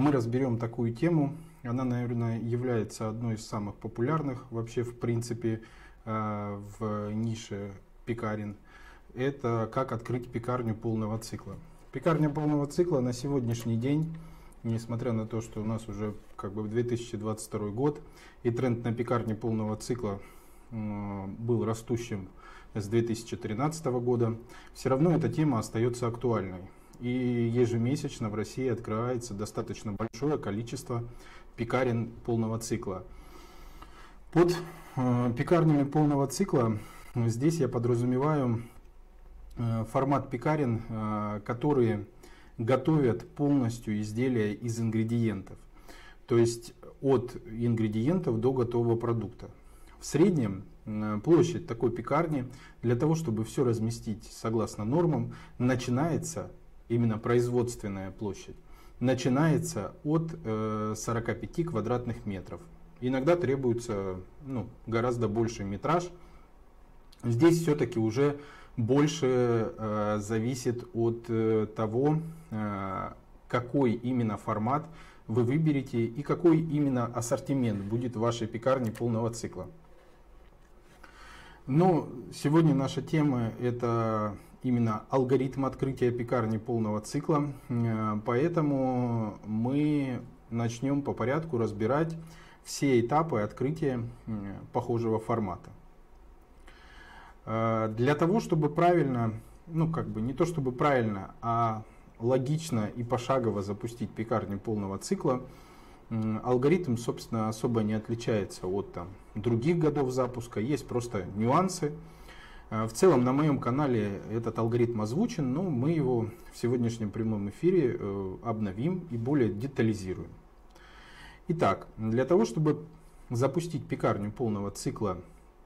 мы разберем такую тему. Она, наверное, является одной из самых популярных вообще в принципе в нише пекарен. Это как открыть пекарню полного цикла. Пекарня полного цикла на сегодняшний день, несмотря на то, что у нас уже как бы 2022 год и тренд на пекарни полного цикла был растущим с 2013 года, все равно эта тема остается актуальной. И ежемесячно в России открывается достаточно большое количество пекарен полного цикла. Под пекарнями полного цикла здесь я подразумеваю формат пекарен, которые готовят полностью изделия из ингредиентов. То есть от ингредиентов до готового продукта. В среднем площадь такой пекарни для того, чтобы все разместить согласно нормам, начинается, именно производственная площадь, начинается от 45 квадратных метров. Иногда требуется гораздо больший метраж. Здесь все-таки уже больше зависит от того, какой именно формат вы выберете и какой именно ассортимент будет в вашей пекарне полного цикла. Но сегодня наша тема это именно алгоритм открытия пекарни полного цикла, поэтому мы начнем по порядку разбирать все этапы открытия похожего формата. Для того, чтобы правильно, не то чтобы правильно, а логично и пошагово запустить пекарню полного цикла, алгоритм, собственно, особо не отличается от других годов запуска, есть просто нюансы. В целом на моем канале этот алгоритм озвучен, но мы его в сегодняшнем прямом эфире обновим и более детализируем. Итак, для того, чтобы запустить пекарню полного цикла,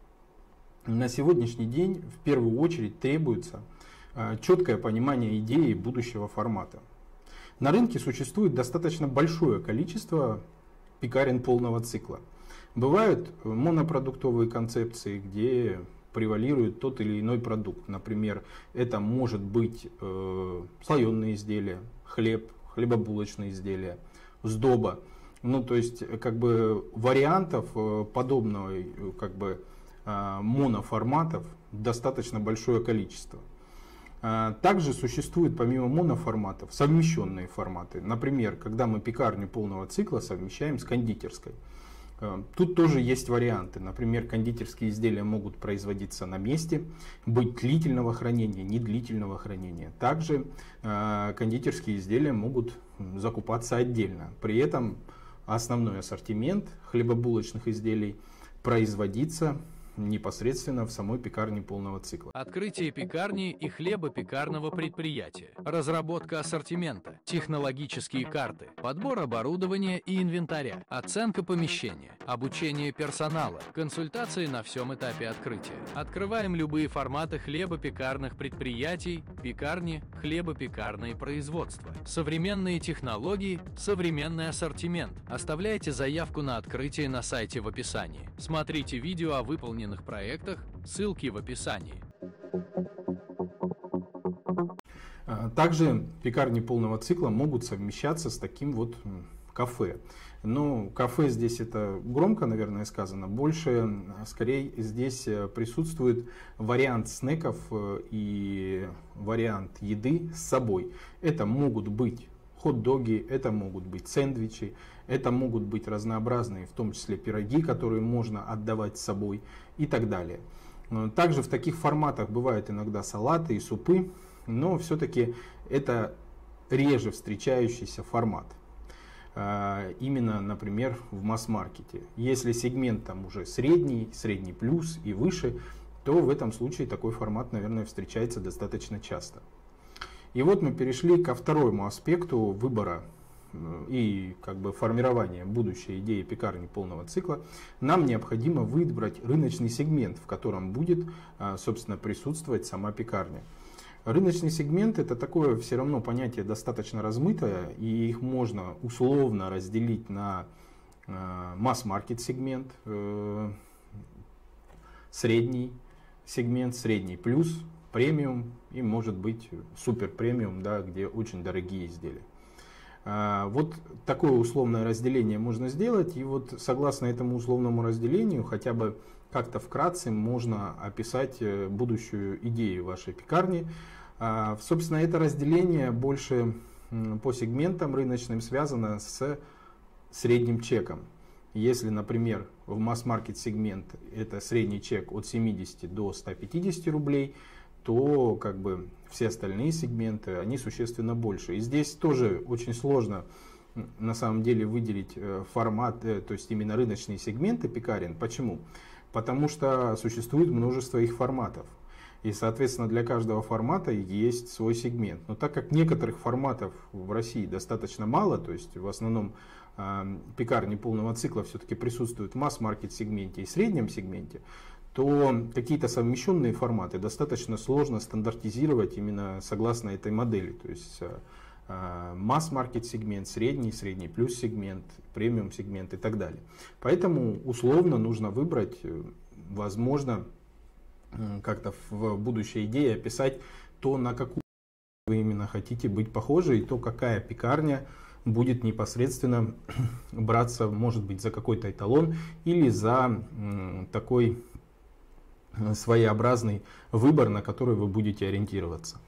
на сегодняшний день в первую очередь требуется четкое понимание идеи будущего формата. На рынке существует достаточно большое количество пекарен полного цикла. Бывают монопродуктовые концепции, где превалирует тот или иной продукт. Например, это может быть слоеные изделия, хлеб, хлебобулочные изделия, сдоба. То есть вариантов подобного моноформатов достаточно большое количество. Также существуют помимо моноформатов совмещенные форматы. Например, когда мы пекарню полного цикла совмещаем с кондитерской. Тут тоже есть варианты. Например, кондитерские изделия могут производиться на месте, быть длительного хранения, недлительного хранения. Также кондитерские изделия могут закупаться отдельно. При этом основной ассортимент хлебобулочных изделий производиться непосредственно в самой пекарне полного цикла. Открытие пекарни и хлебопекарного предприятия, разработка ассортимента, технологические карты, подбор оборудования и инвентаря, оценка помещения, обучение персонала, консультации на всем этапе открытия. Открываем любые форматы хлебопекарных предприятий, пекарни, хлебопекарные производства. Современные технологии, современный ассортимент. Оставляйте заявку на открытие на сайте в описании. Смотрите видео о выполненных проектах, ссылки в описании. Также пекарни полного цикла могут совмещаться с таким вот кафе. Но кафе здесь это громко, наверное, сказано. Больше, скорее, здесь присутствует вариант снеков и вариант еды с собой. Это могут быть хот-доги, это могут быть сэндвичи, это могут быть разнообразные, в том числе пироги, которые можно отдавать с собой и так далее. Также в таких форматах бывают иногда салаты и супы, но все-таки это реже встречающийся формат. Именно, например, в масс-маркете. Если сегмент там уже средний, средний плюс и выше, то в этом случае такой формат, наверное, встречается достаточно часто. И вот мы перешли ко второму аспекту выбора и формирования будущей идеи пекарни полного цикла. Нам необходимо выбрать рыночный сегмент, в котором будет, собственно, присутствовать сама пекарня. Рыночный сегмент это такое все равно понятие достаточно размытое, и их можно условно разделить на масс-маркет сегмент, средний сегмент, средний плюс, премиум и может быть супер премиум, да, где очень дорогие изделия. Вот такое условное разделение можно сделать, и вот согласно этому условному разделению хотя бы как-то вкратце можно описать будущую идею вашей пекарни. Собственно, это разделение больше по сегментам рыночным связано с средним чеком. Если, например, в масс-маркет сегмент это средний чек от 70 до 150 рублей, то как бы все остальные сегменты, они существенно больше. И здесь тоже очень сложно на самом деле выделить формат, то есть именно рыночные сегменты пекарен. Почему? Потому что существует множество их форматов. И, соответственно, для каждого формата есть свой сегмент. Но так как некоторых форматов в России достаточно мало, то есть в основном пекарни полного цикла все-таки присутствуют в масс-маркет сегменте и среднем сегменте, то какие-то совмещенные форматы достаточно сложно стандартизировать именно согласно этой модели. То есть масс-маркет сегмент, средний плюс сегмент, премиум сегмент и так далее. Поэтому условно нужно выбрать, возможно, как-то в будущей идее описать то, на какую вы именно хотите быть похожи, и то, какая пекарня будет непосредственно браться, может быть, за какой-то эталон или за такой своеобразный выбор, на который вы будете ориентироваться.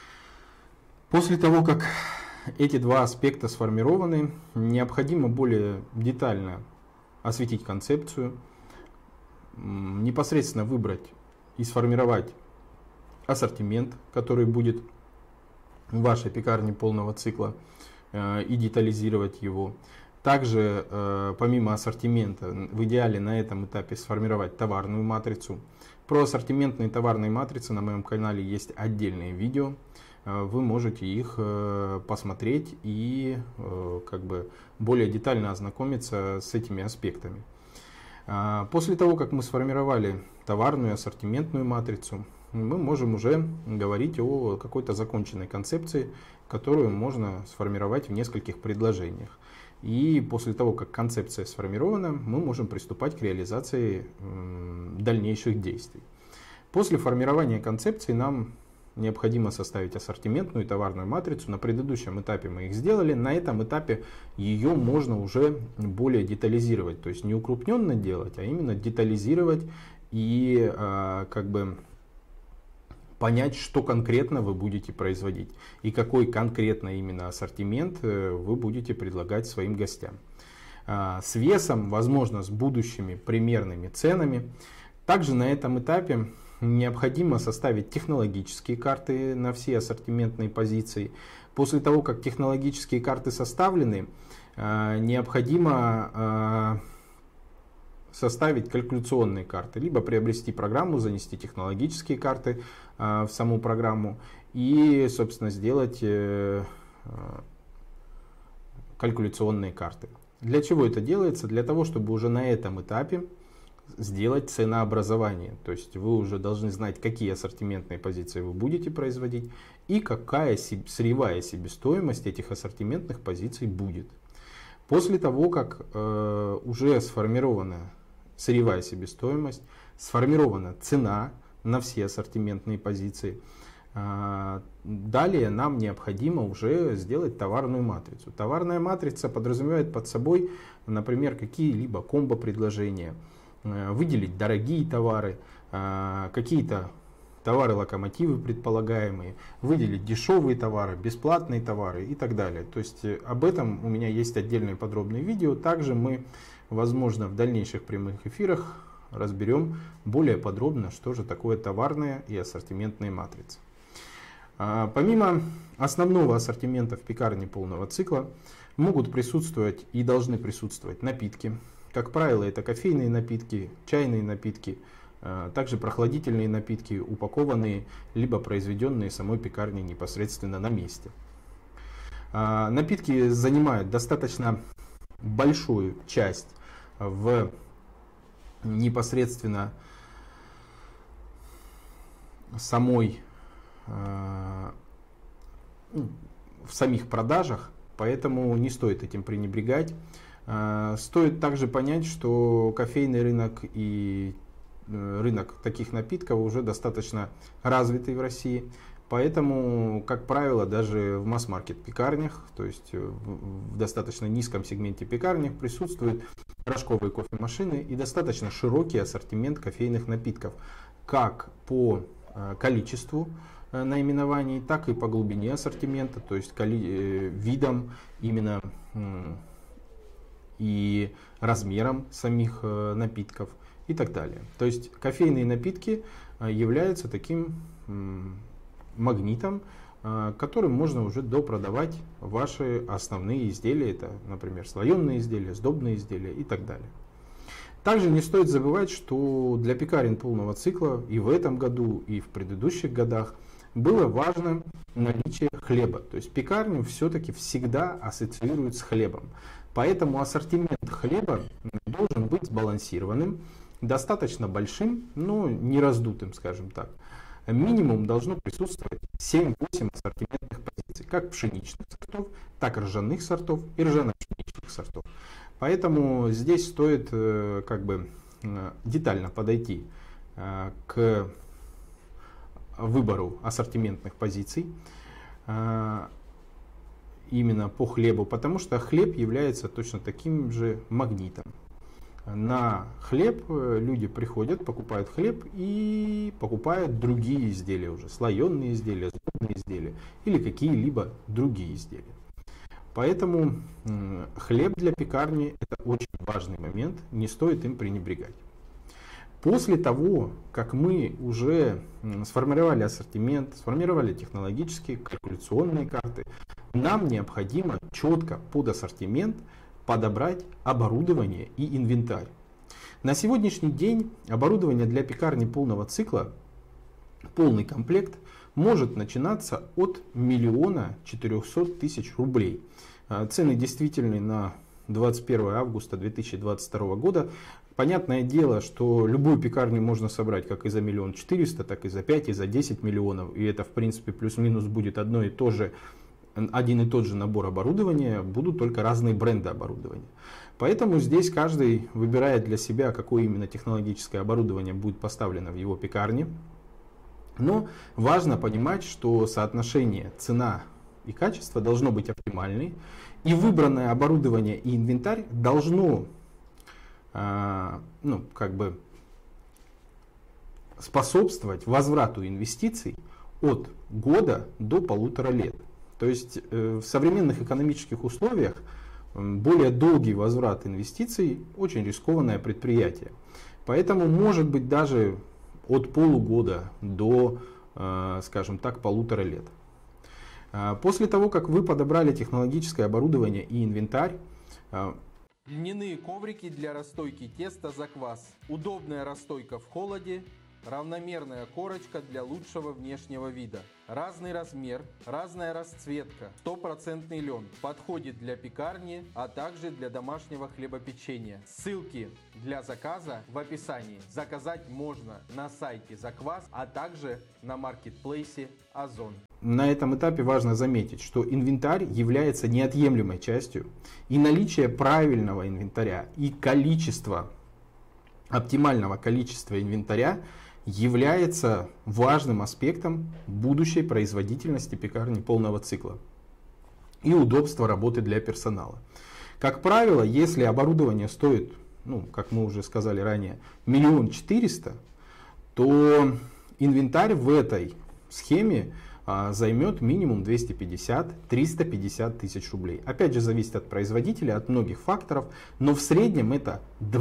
После того, как эти два аспекта сформированы, необходимо более детально осветить концепцию, непосредственно выбрать и сформировать ассортимент, который будет в вашей пекарне полного цикла, и детализировать его. Также, помимо ассортимента, в идеале на этом этапе сформировать товарную матрицу. Про ассортиментные товарные матрицы на моем канале есть отдельные видео. Вы можете их посмотреть и как бы более детально ознакомиться с этими аспектами. После того, как мы сформировали товарную ассортиментную матрицу, мы можем уже говорить о какой-то законченной концепции, которую можно сформировать в нескольких предложениях. И после того, как концепция сформирована, мы можем приступать к реализации дальнейших действий. После формирования концепции нам необходимо составить ассортиментную и товарную матрицу. На предыдущем этапе мы их сделали. На этом этапе ее можно уже более детализировать. То есть не укрупненно делать, а именно детализировать и как бы понять, что конкретно вы будете производить и какой конкретно именно ассортимент вы будете предлагать своим гостям. С весом, возможно, с будущими примерными ценами. Также на этом этапе необходимо составить технологические карты на все ассортиментные позиции. После того, как технологические карты составлены, необходимо составить калькуляционные карты, либо приобрести программу, занести технологические карты в саму программу и, собственно, сделать калькуляционные карты. Для чего это делается? Для того, чтобы уже на этом этапе сделать ценообразование. То есть вы уже должны знать, какие ассортиментные позиции вы будете производить и какая сырьевая себестоимость этих ассортиментных позиций будет. После того, как уже сформирована сырьевая себестоимость, сформирована цена на все ассортиментные позиции, далее нам необходимо уже сделать товарную матрицу. Товарная матрица подразумевает под собой, например, какие-либо комбо-предложения, выделить дорогие товары, какие-то товары-локомотивы предполагаемые, выделить дешевые товары, бесплатные товары и так далее. То есть об этом у меня есть отдельные подробные видео. Также мы, возможно, в дальнейших прямых эфирах разберем более подробно, что же такое товарная и ассортиментная матрица. Помимо основного ассортимента в пекарне полного цикла могут присутствовать и должны присутствовать напитки. Как правило, это кофейные напитки, чайные напитки, также прохладительные напитки, упакованные либо произведенные самой пекарней непосредственно на месте. Напитки занимают достаточно большую часть в непосредственно самой в самих продажах, поэтому не стоит этим пренебрегать. Стоит также понять, что кофейный рынок и рынок таких напитков уже достаточно развитый в России, Поэтому, как правило, даже в масс-маркет пекарнях, то есть в достаточно низком сегменте пекарнях присутствуют рожковые кофемашины и достаточно широкий ассортимент кофейных напитков, как по количеству наименований, так и по глубине ассортимента, то есть видам именно и размером самих напитков и так далее. То есть кофейные напитки являются таким магнитом, которым можно уже допродавать ваши основные изделия. Это, например, слоеные изделия, сдобные изделия и так далее. Также не стоит забывать, что для пекарен полного цикла и в этом году, и в предыдущих годах было важно наличие хлеба. То есть пекарню все-таки всегда ассоциируют с хлебом. Поэтому ассортимент хлеба должен быть сбалансированным, достаточно большим, но не раздутым, скажем так. Минимум должно присутствовать 7-8 ассортиментных позиций, как пшеничных сортов, так и ржаных сортов и ржано-пшеничных сортов. Поэтому здесь стоит детально подойти к выбору ассортиментных позиций именно по хлебу, потому что хлеб является точно таким же магнитом. На хлеб люди приходят, покупают хлеб и покупают другие изделия уже, слоеные изделия, сдобные изделия или какие-либо другие изделия. Поэтому хлеб для пекарни — это очень важный момент, не стоит им пренебрегать. После того, как мы уже сформировали ассортимент, сформировали технологические, калькуляционные карты, нам необходимо четко под ассортимент подобрать оборудование и инвентарь. На сегодняшний день оборудование для пекарни полного цикла, полный комплект, может начинаться от 1 400 000 рублей. Цены действительны на 21 августа 2022 года. Понятное дело, что любую пекарню можно собрать как и за 1 400 000, так и за 5, и за 10 миллионов. И это в принципе плюс-минус будет один и тот же набор оборудования, будут только разные бренды оборудования. Поэтому здесь каждый выбирает для себя, какое именно технологическое оборудование будет поставлено в его пекарне. Но важно понимать, что соотношение цена и качество должно быть оптимальной, и выбранное оборудование и инвентарь должно способствовать возврату инвестиций от года до 1,5 лет. То есть в современных экономических условиях более долгий возврат инвестиций очень рискованное предприятие. Поэтому может быть даже от полугода до, скажем так, 1,5 лет. После того, как вы подобрали технологическое оборудование и инвентарь, льняные коврики для расстойки теста за квас, удобная расстойка в холоде, равномерная корочка для лучшего внешнего вида. Разный размер, разная расцветка, 100% лен. Подходит для пекарни, а также для домашнего хлебопечения. Ссылки для заказа в описании. Заказать можно на сайте Заквас, а также на маркетплейсе Озон. На этом этапе важно заметить, что инвентарь является неотъемлемой частью, и наличие правильного инвентаря и оптимального количества инвентаря является важным аспектом будущей производительности пекарни полного цикла и удобства работы для персонала. Как правило, если оборудование стоит, как мы уже сказали ранее, 1 400 000, то инвентарь в этой схеме займет минимум 250-350 тысяч рублей. Опять же, зависит от производителя, от многих факторов, но в среднем это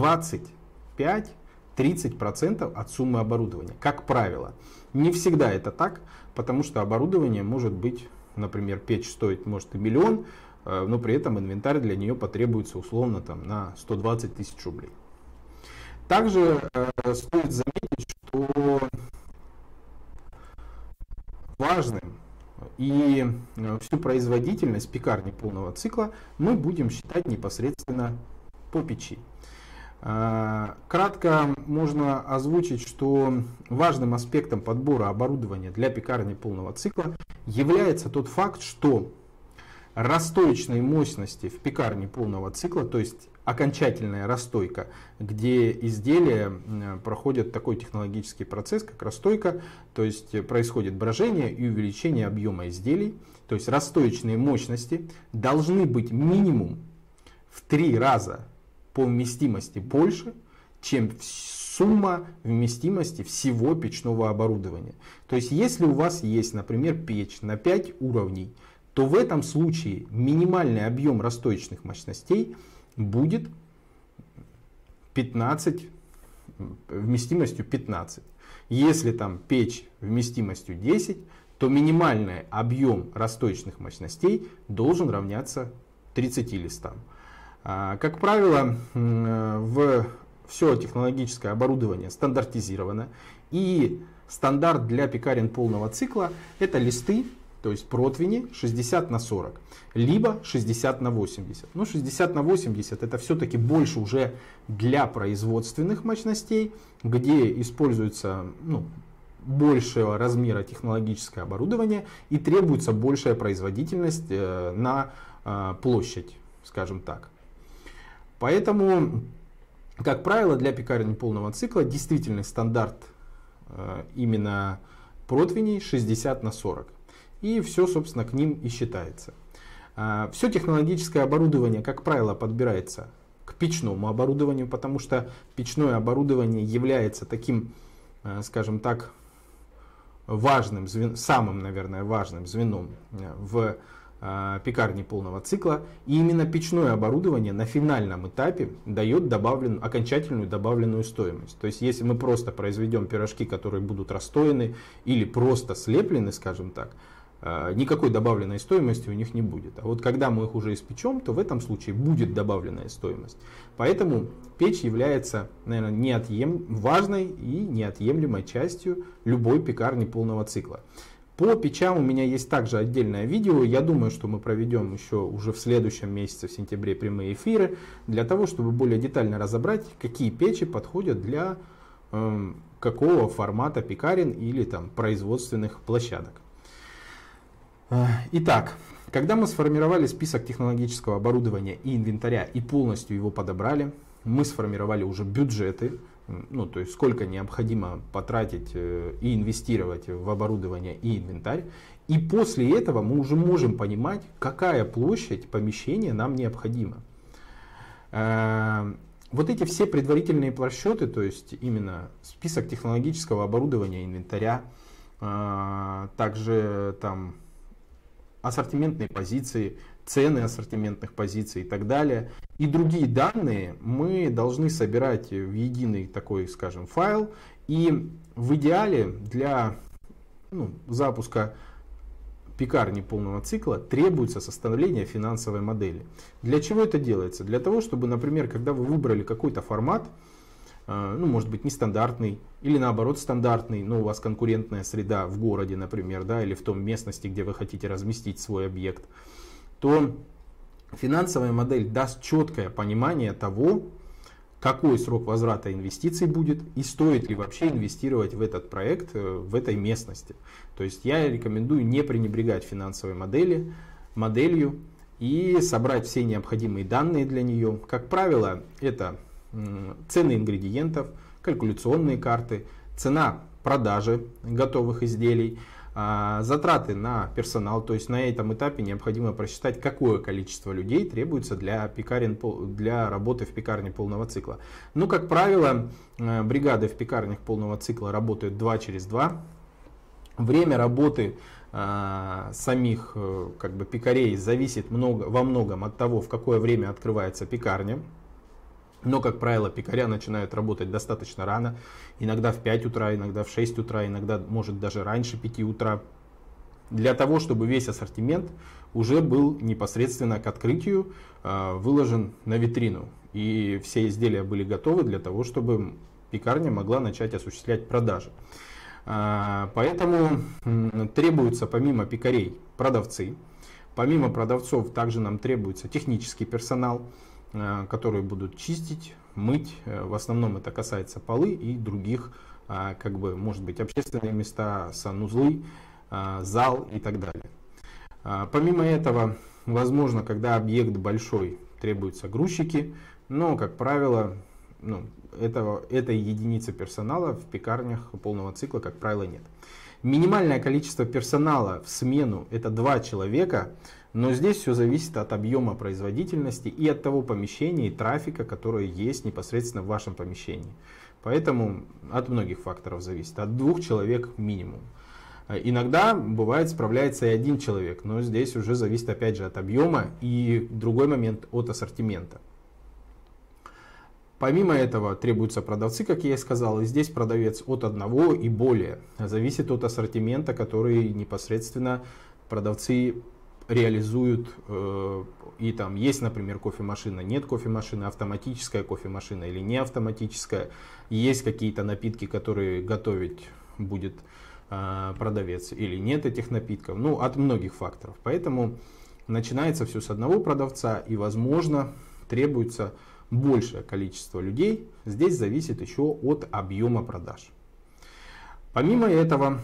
25-30% от суммы оборудования, как правило. Не всегда это так, потому что оборудование может быть, например, печь стоит может и 1 000 000, но при этом инвентарь для нее потребуется условно на 120 тысяч рублей. Также стоит заметить, что важным и всю производительность пекарни полного цикла мы будем считать непосредственно по печи. Кратко можно озвучить, что важным аспектом подбора оборудования для пекарни полного цикла является тот факт, что расстоечные мощности в пекарне полного цикла, то есть окончательная расстойка, где изделия проходят такой технологический процесс, как расстойка, то есть происходит брожение и увеличение объема изделий. То есть расстоечные мощности должны быть минимум в 3 раза по вместимости больше, чем сумма вместимости всего печного оборудования. То есть если у вас есть, например, печь на 5 уровней, то в этом случае минимальный объем расстоечных мощностей будет 15, вместимостью 15. Если там печь вместимостью 10, то минимальный объем расстоечных мощностей должен равняться 30 листам. Как правило, все технологическое оборудование стандартизировано, и стандарт для пекарен полного цикла это листы, то есть противни 60/40, либо 60/80. Но 60/80 это все-таки больше уже для производственных мощностей, где используется большего размера технологическое оборудование и требуется большая производительность на площадь, скажем так. Поэтому, как правило, для пекарен полного цикла действительный стандарт именно противней 60/40. И все, собственно, к ним и считается. Все технологическое оборудование, как правило, подбирается к печному оборудованию, потому что печное оборудование является таким, скажем так, важным, самым, наверное, важным звеном в пекарне полного цикла. И именно печное оборудование на финальном этапе дает окончательную добавленную стоимость. То есть если мы просто произведем пирожки, которые будут расстоены или просто слеплены, скажем так, никакой добавленной стоимости у них не будет. А вот когда мы их уже испечем, то в этом случае будет добавленная стоимость. Поэтому печь является, наверное, важной и неотъемлемой частью любой пекарни полного цикла. По печам у меня есть также отдельное видео. Я думаю, что мы проведем еще уже в следующем месяце, в сентябре, прямые эфиры, для того, чтобы более детально разобрать, какие печи подходят для какого формата пекарен или там производственных площадок. Итак, когда мы сформировали список технологического оборудования и инвентаря и полностью его подобрали, мы сформировали уже бюджеты, то есть сколько необходимо потратить и инвестировать в оборудование и инвентарь. И после этого мы уже можем понимать, какая площадь помещения нам необходима. Вот эти все предварительные просчеты, то есть именно список технологического оборудования и инвентаря, также там ассортиментные позиции, цены ассортиментных позиций и так далее. И другие данные мы должны собирать в единый такой, скажем, файл. И в идеале для запуска пекарни полного цикла требуется составление финансовой модели. Для чего это делается? Для того, чтобы, например, когда вы выбрали какой-то формат, может быть нестандартный или наоборот стандартный, но у вас конкурентная среда в городе, например, или в том местности, где вы хотите разместить свой объект, то финансовая модель даст четкое понимание того, какой срок возврата инвестиций будет и стоит ли вообще инвестировать в этот проект в этой местности. То есть я рекомендую не пренебрегать финансовой моделью и собрать все необходимые данные для нее. Как правило, это цены ингредиентов, калькуляционные карты, цена продажи готовых изделий, затраты на персонал. То есть на этом этапе необходимо просчитать, какое количество людей требуется для работы в пекарне полного цикла. Как правило, бригады в пекарнях полного цикла работают 2 через 2. Время работы самих пекарей зависит во многом от того, в какое время открывается пекарня. Но, как правило, пекаря начинают работать достаточно рано, иногда в 5 утра, иногда в 6 утра, иногда, может, даже раньше 5 утра, для того, чтобы весь ассортимент уже был непосредственно к открытию выложен на витрину. И все изделия были готовы для того, чтобы пекарня могла начать осуществлять продажи. Поэтому требуются помимо пекарей продавцы. Помимо продавцов также нам требуется технический персонал, которые будут чистить, мыть. В основном это касается полы и других, может быть, общественные места, санузлы, зал и так далее. Помимо этого, возможно, когда объект большой, требуются грузчики, но, как правило, этой единицы персонала в пекарнях полного цикла, как правило, нет. Минимальное количество персонала в смену — это 2 человека, но здесь все зависит от объема производительности и от того помещения и трафика, который есть непосредственно в вашем помещении. Поэтому от многих факторов зависит, от 2 человек минимум. Иногда бывает справляется и 1 человек, но здесь уже зависит опять же от объема и другой момент от ассортимента. Помимо этого требуются продавцы, как я и сказал, и здесь продавец от 1 и более. Зависит от ассортимента, который непосредственно продавцы реализуют. И там есть, например, кофемашина, нет кофемашины, автоматическая кофемашина или не автоматическая. Есть какие-то напитки, которые готовить будет продавец или нет этих напитков. Ну, от многих факторов. Поэтому начинается все с 1 продавца и, возможно, требуется большее количество людей. Здесь зависит еще от объема продаж. Помимо этого,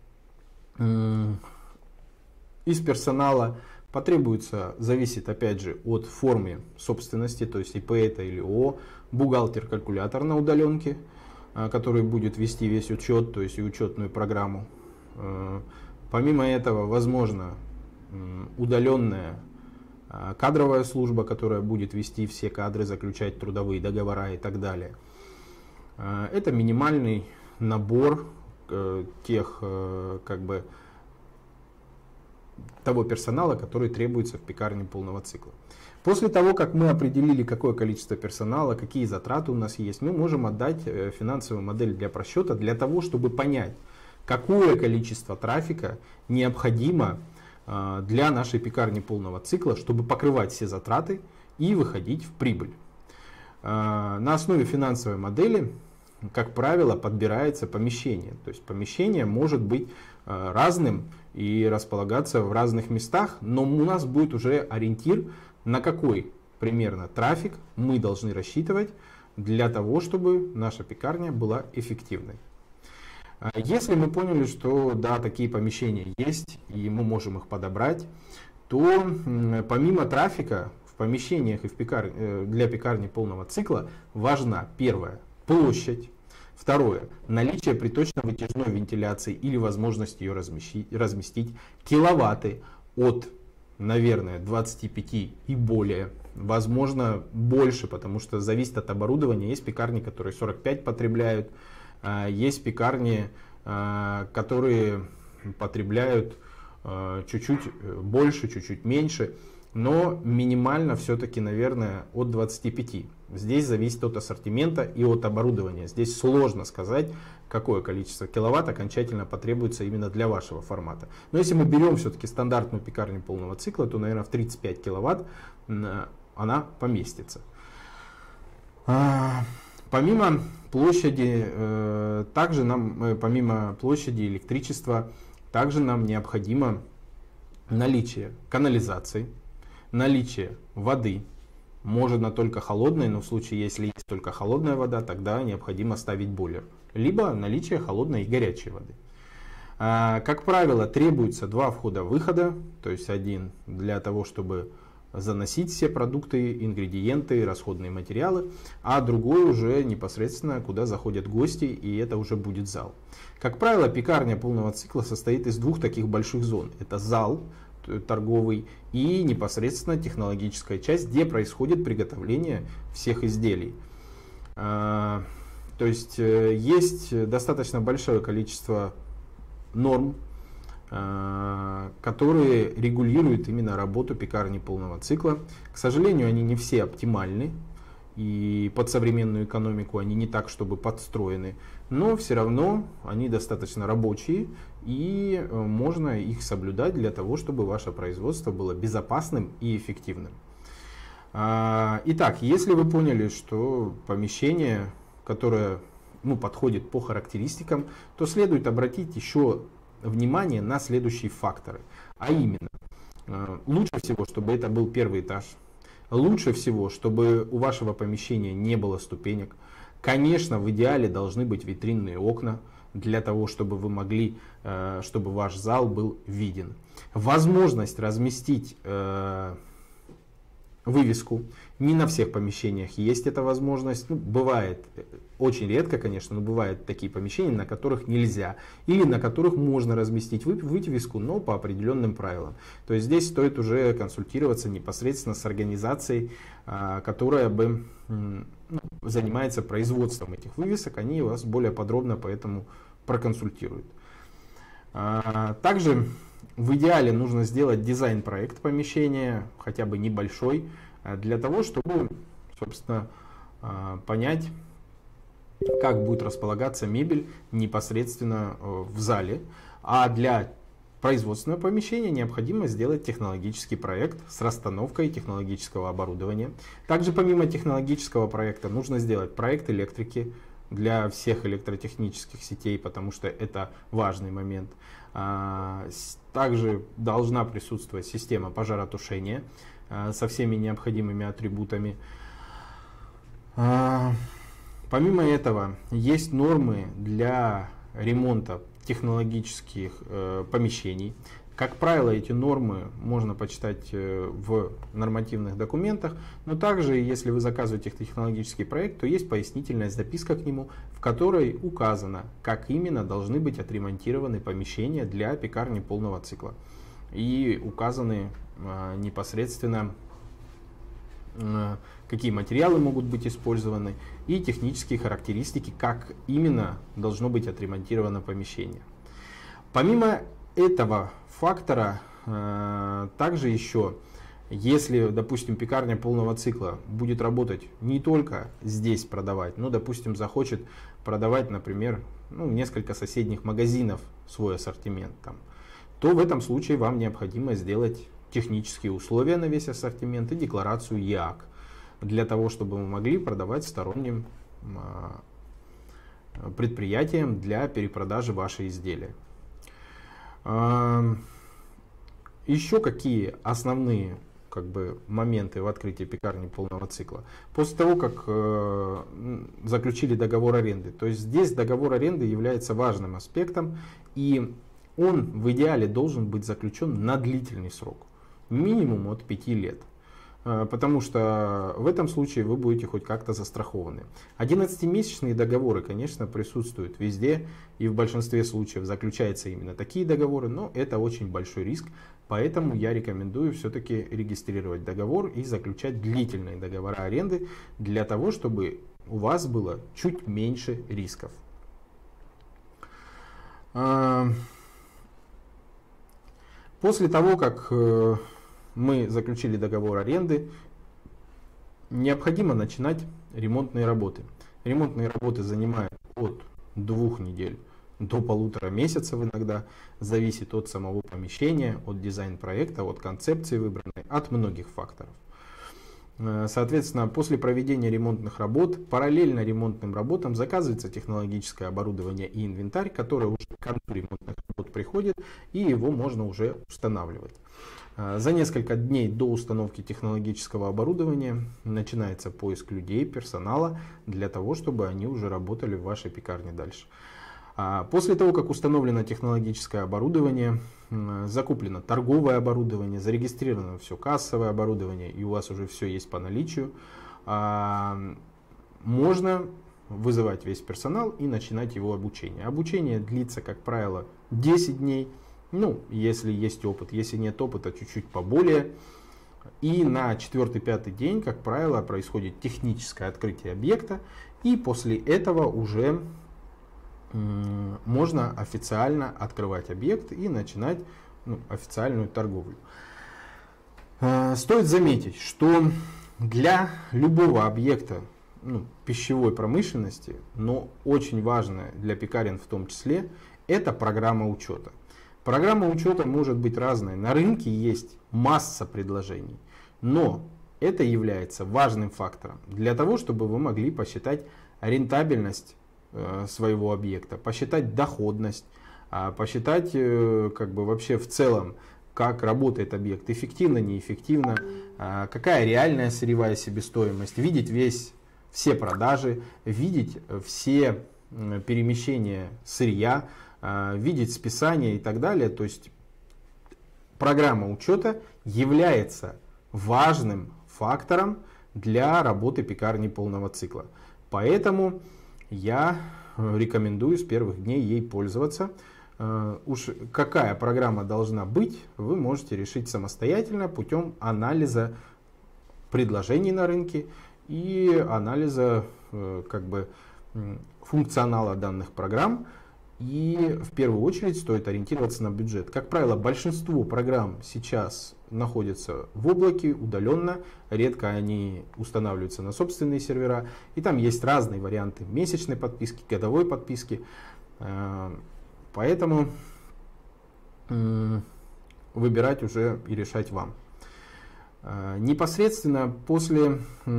из персонала потребуется, зависит опять же от формы собственности, то есть ИП это или ООО, бухгалтер-калькулятор на удаленке, который будет вести весь учет, то есть и учетную программу. Помимо этого, возможно, удаленная кадровая служба, которая будет вести все кадры, заключать трудовые договора и так далее. Это минимальный набор того персонала, который требуется в пекарне полного цикла. После того, как мы определили, какое количество персонала, какие затраты у нас есть, мы можем отдать финансовую модель для просчета для того, чтобы понять, какое количество трафика необходимо для нашей пекарни полного цикла, чтобы покрывать все затраты и выходить в прибыль. На основе финансовой модели, как правило, подбирается помещение. То есть помещение может быть разным и располагаться в разных местах, но у нас будет уже ориентир, на какой примерно трафик мы должны рассчитывать для того, чтобы наша пекарня была эффективной. Если мы поняли, что да, такие помещения есть и мы можем их подобрать, то помимо трафика в помещениях и для пекарни полного цикла важна: первое — площадь, второе — наличие приточно-вытяжной вентиляции или возможность ее разместить, киловатты от, наверное, 25 и более, возможно больше, потому что зависит от оборудования. Есть пекарни, которые 45 потребляют. Есть пекарни, которые потребляют чуть-чуть больше, чуть-чуть меньше, но минимально все-таки, наверное, от 25. Здесь зависит от ассортимента и от оборудования. Здесь сложно сказать, какое количество киловатт окончательно потребуется именно для вашего формата. Но если мы берем все-таки стандартную пекарню полного цикла, то, наверное, в 35 киловатт она поместится. Помимо площади, помимо площади электричества, также нам необходимо наличие канализации, наличие воды. Можно только холодной, но в случае, если есть только холодная вода, тогда необходимо ставить бойлер. Либо наличие холодной и горячей воды. Как правило, требуется 2 входа-выхода, то есть один для того, чтобы заносить все продукты, ингредиенты, расходные материалы, а другой уже непосредственно, куда заходят гости, и это уже будет зал. Как правило, пекарня полного цикла состоит из 2 таких больших зон. Это зал торговый и непосредственно технологическая часть, где происходит приготовление всех изделий. То есть есть достаточно большое количество норм, которые регулируют именно работу пекарни полного цикла. К сожалению, они не все оптимальны, и под современную экономику они не так, чтобы подстроены, но все равно они достаточно рабочие, и можно их соблюдать для того, чтобы ваше производство было безопасным и эффективным. Итак, если вы поняли, что помещение, которое подходит по характеристикам, то следует обратить еще внимание на следующие факторы. А именно, лучше всего, чтобы это был первый этаж. Лучше всего, чтобы у вашего помещения не было ступенек. Конечно, в идеале должны быть витринные окна, для того, чтобы вы могли, чтобы ваш зал был виден. Возможность разместить вывеску. Не на всех помещениях есть эта возможность. Ну, бывает, очень редко, конечно, но бывают такие помещения, на которых нельзя. Или на которых можно разместить вывеску, но по определенным правилам. То есть здесь стоит уже консультироваться непосредственно с организацией, которая бы занимается производством этих вывесок. Они вас более подробно по этому проконсультируют. Также в идеале нужно сделать дизайн-проект помещения, хотя бы небольшой, для того, чтобы, собственно, понять, как будет располагаться мебель непосредственно в зале. А для производственного помещения необходимо сделать технологический проект с расстановкой технологического оборудования. Также помимо технологического проекта нужно сделать проект электрики для всех электротехнических сетей, потому что это важный момент. Также должна присутствовать система пожаротушения со всеми необходимыми атрибутами. Помимо этого, есть нормы для ремонта технологических помещений. Как правило, эти нормы можно почитать в нормативных документах, но также, если вы заказываете технологический проект, то есть пояснительная записка к нему, в которой указано, как именно должны быть отремонтированы помещения для пекарни полного цикла. И указаны непосредственно, какие материалы могут быть использованы и технические характеристики, как именно должно быть отремонтировано помещение. Помимо этого фактора, также еще, если, допустим, пекарня полного цикла будет работать не только здесь продавать, но, допустим, захочет продавать, например, несколько соседних магазинов свой ассортимент, то в этом случае вам необходимо сделать технические условия на весь ассортимент и декларацию ЕАК, для того, чтобы мы могли продавать сторонним предприятиям для перепродажи ваши изделия. Еще какие основные моменты в открытии пекарни полного цикла? После того, как заключили договор аренды, то есть здесь договор аренды является важным аспектом, и он в идеале должен быть заключен на длительный срок, минимум от 5 лет. Потому что в этом случае вы будете хоть как-то застрахованы. 11-месячные договоры, конечно, присутствуют везде, и в большинстве случаев заключаются именно такие договоры, но это очень большой риск, поэтому я рекомендую все-таки регистрировать договор и заключать длительные договора аренды, для того, чтобы у вас было чуть меньше рисков. После того, как мы заключили договор аренды, необходимо начинать ремонтные работы. Ремонтные работы занимают от 2 недель до 1,5 месяцев иногда, зависит от самого помещения, от дизайн-проекта, от концепции выбранной, от многих факторов. Соответственно, после проведения ремонтных работ, параллельно ремонтным работам заказывается технологическое оборудование и инвентарь, который уже к концу ремонтных работ приходит, и его можно уже устанавливать. За несколько дней до установки технологического оборудования начинается поиск людей, персонала, для того, чтобы они уже работали в вашей пекарне дальше. После того, как установлено технологическое оборудование, закуплено торговое оборудование, зарегистрировано все кассовое оборудование, и у вас уже все есть по наличию, можно вызывать весь персонал и начинать его обучение. Обучение длится, как правило, 10 дней. Если есть опыт, если нет опыта, чуть-чуть поболее. И на 4-5 день, как правило, происходит техническое открытие объекта. И после этого уже можно официально открывать объект и начинать официальную торговлю. Стоит заметить, что для любого объекта пищевой промышленности, но очень важная для пекарен в том числе, это программа учета. Программа учета может быть разной. На рынке есть масса предложений, но это является важным фактором для того, чтобы вы могли посчитать рентабельность своего объекта, посчитать доходность, посчитать вообще в целом, как работает объект, эффективно, неэффективно, какая реальная сырьевая себестоимость, видеть все продажи, видеть все перемещения сырья, видеть списания и так далее. То есть программа учета является важным фактором для работы пекарни полного цикла. Поэтому я рекомендую с первых дней ей пользоваться. Уж какая программа должна быть, вы можете решить самостоятельно путем анализа предложений на рынке и анализа функционала данных программ. И в первую очередь стоит ориентироваться на бюджет. Как правило, большинство программ сейчас находятся в облаке, удаленно. Редко они устанавливаются на собственные сервера. И там есть разные варианты месячной подписки, годовой подписки. Поэтому выбирать уже и решать вам. Непосредственно после...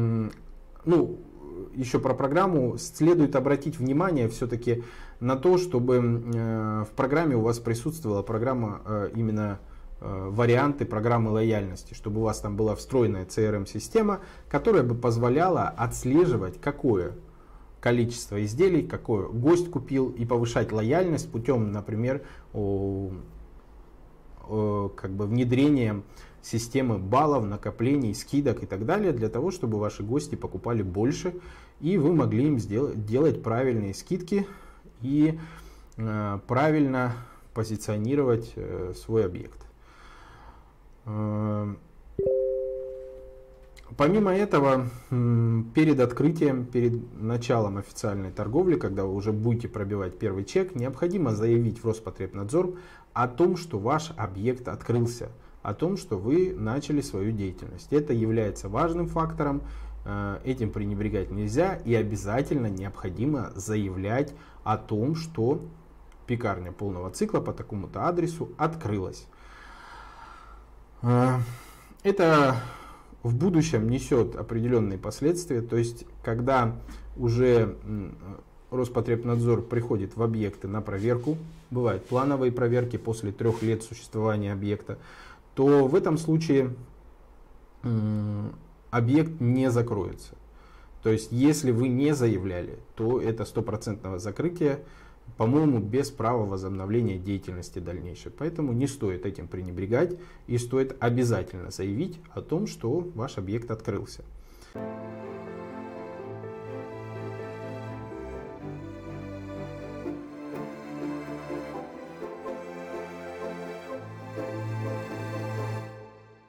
еще про программу следует обратить внимание все-таки на то, чтобы в программе у вас присутствовала программа, именно варианты программы лояльности, чтобы у вас там была встроенная CRM-система, которая бы позволяла отслеживать, какое количество изделий, какой гость купил, и повышать лояльность путем, например, внедрения системы баллов, накоплений, скидок и так далее, для того, чтобы ваши гости покупали больше, и вы могли им делать правильные скидки и правильно позиционировать свой объект. Помимо этого, перед открытием, перед началом официальной торговли, когда вы уже будете пробивать первый чек, необходимо заявить в Роспотребнадзор о том, что ваш объект открылся, о том, что вы начали свою деятельность. Это является важным фактором, этим пренебрегать нельзя, и обязательно необходимо заявлять о том, что пекарня полного цикла по такому-то адресу открылась. Это в будущем несет определенные последствия, то есть когда уже Роспотребнадзор приходит в объекты на проверку, бывают плановые проверки после 3 лет существования объекта, то в этом случае объект не закроется. То есть если вы не заявляли, то это 100% закрытие, по-моему, без права возобновления деятельности дальнейшей. Поэтому не стоит этим пренебрегать и стоит обязательно заявить о том, что ваш объект открылся.